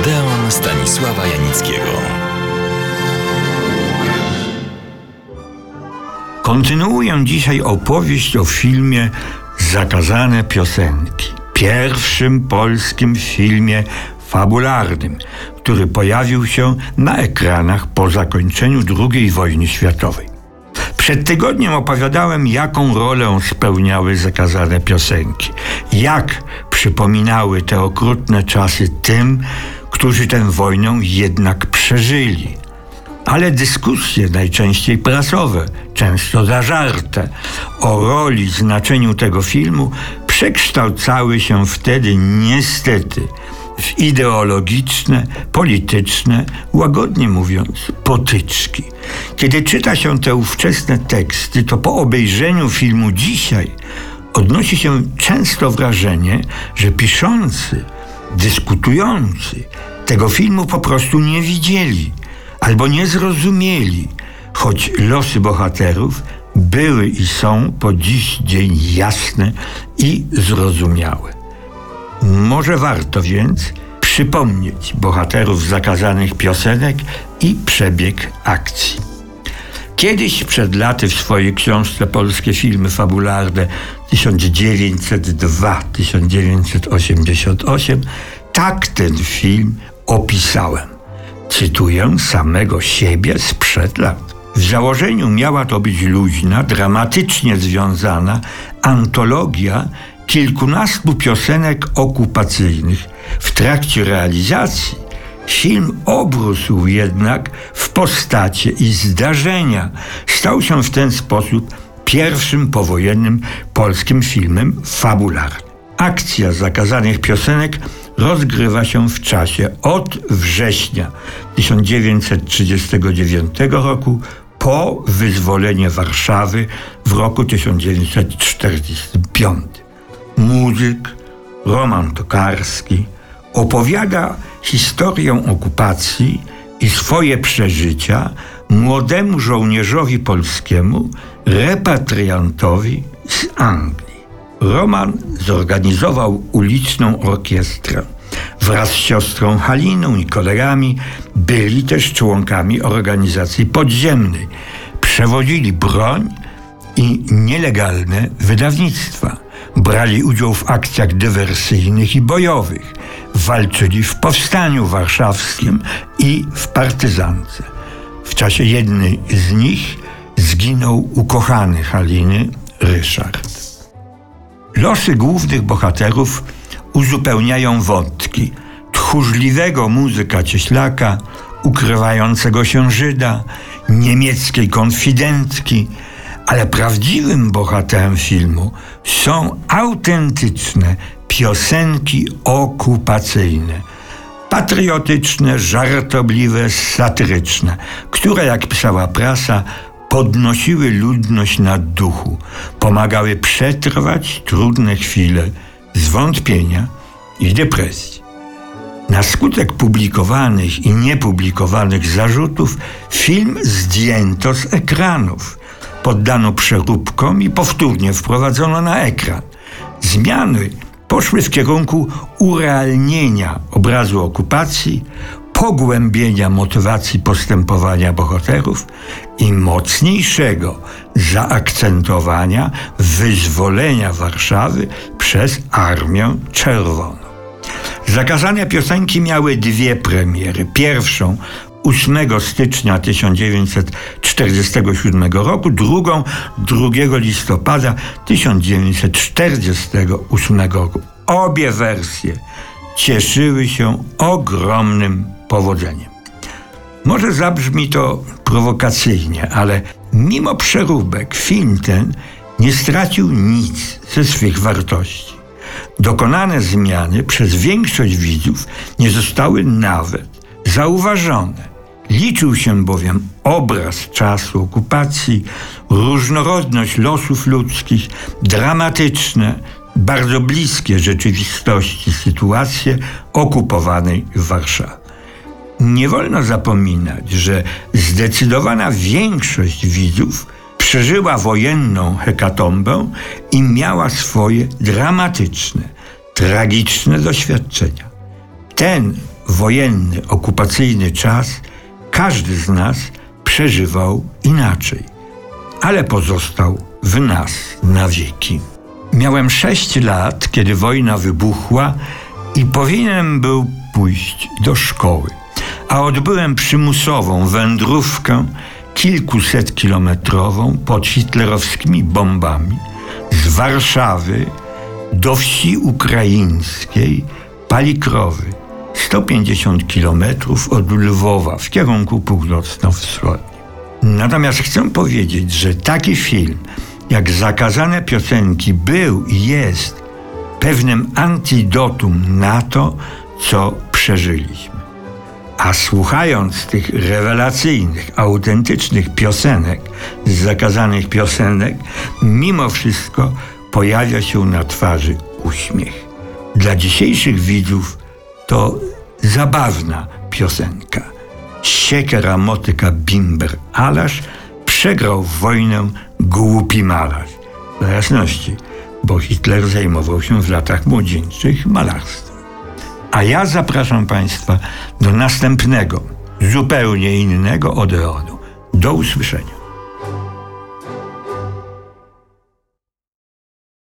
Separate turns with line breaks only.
Odeon Stanisława Janickiego.
Kontynuuję dzisiaj opowieść o filmie Zakazane piosenki. Pierwszym polskim filmie fabularnym, który pojawił się na ekranach po zakończeniu II wojny światowej. Przed tygodniem opowiadałem, jaką rolę spełniały zakazane piosenki, jak przypominały te okrutne czasy tym, którzy tę wojnę jednak przeżyli. Ale dyskusje, najczęściej prasowe, często zażarte, o roli i znaczeniu tego filmu przekształcały się wtedy niestety w ideologiczne, polityczne, łagodnie mówiąc, potyczki. Kiedy czyta się te ówczesne teksty, to po obejrzeniu filmu dzisiaj odnosi się często wrażenie, że piszący, dyskutujący tego filmu po prostu nie widzieli albo nie zrozumieli, choć losy bohaterów były i są po dziś dzień jasne i zrozumiałe. Może warto więc przypomnieć bohaterów zakazanych piosenek i przebieg akcji. Kiedyś przed laty w swojej książce Polskie filmy fabularne 1902-1988 tak ten film opisałem. Cytuję samego siebie sprzed lat. W założeniu miała to być luźna, dramatycznie związana antologia kilkunastu piosenek okupacyjnych. W trakcie realizacji film obrósł jednak w postacie i zdarzenia. Stał się w ten sposób pierwszym powojennym polskim filmem fabularnym. Akcja zakazanych piosenek rozgrywa się w czasie od września 1939 roku po wyzwolenie Warszawy w roku 1945. Muzyk Roman Tokarski opowiada historię okupacji i swoje przeżycia młodemu żołnierzowi polskiemu, repatriantowi z Anglii. Roman zorganizował uliczną orkiestrę. Wraz z siostrą Haliną i kolegami byli też członkami organizacji podziemnej. Przewodzili broń i nielegalne wydawnictwa. Brali udział w akcjach dywersyjnych i bojowych. Walczyli w powstaniu warszawskim i w partyzance. W czasie jednej z nich zginął ukochany Haliny Ryszard. Losy głównych bohaterów uzupełniają wątki tchórzliwego muzyka Cieślaka, ukrywającego się Żyda, niemieckiej konfidentki, ale prawdziwym bohaterem filmu są autentyczne piosenki okupacyjne, patriotyczne, żartobliwe, satyryczne, które, jak pisała prasa, podnosiły ludność na duchu, pomagały przetrwać trudne chwile zwątpienia i depresji. Na skutek publikowanych i niepublikowanych zarzutów film zdjęto z ekranów, poddano przeróbkom i powtórnie wprowadzono na ekran. Zmiany poszły w kierunku urealnienia obrazu okupacji, pogłębienia motywacji postępowania bohaterów i mocniejszego zaakcentowania wyzwolenia Warszawy przez Armię Czerwoną. Zakazane piosenki miały dwie premiery. Pierwszą 8 stycznia 1947 roku, drugą 2 listopada 1948 roku. Obie wersje cieszyły się ogromnym powodzeniem. Może zabrzmi to prowokacyjnie, ale mimo przeróbek film ten nie stracił nic ze swych wartości. Dokonane zmiany przez większość widzów nie zostały nawet zauważone. Liczył się bowiem obraz czasu okupacji, różnorodność losów ludzkich, dramatyczne, bardzo bliskie rzeczywistości sytuacje okupowanej Warszawy. Nie wolno zapominać, że zdecydowana większość widzów przeżyła wojenną hekatombę i miała swoje dramatyczne, tragiczne doświadczenia. Ten wojenny, okupacyjny czas każdy z nas przeżywał inaczej, ale pozostał w nas na wieki. Miałem 6 lat, kiedy wojna wybuchła i powinienem był pójść do szkoły, a odbyłem przymusową wędrówkę kilkusetkilometrową pod hitlerowskimi bombami z Warszawy do wsi ukraińskiej Palikrowy, 150 kilometrów od Lwowa w kierunku północno-wschodnim. Natomiast chcę powiedzieć, że taki film jak Zakazane piosenki był i jest pewnym antidotum na to, co przeżyliśmy. A słuchając tych rewelacyjnych, autentycznych piosenek z Zakazanych piosenek, mimo wszystko pojawia się na twarzy uśmiech. Dla dzisiejszych widzów to zabawna piosenka. Siekiera, motyka, bimber, alasz, przegrał wojnę głupi malarz. Dla jasności, bo Hitler zajmował się w latach młodzieńczych malarstwem. A ja zapraszam Państwa do następnego, zupełnie innego Odeonu. Do usłyszenia.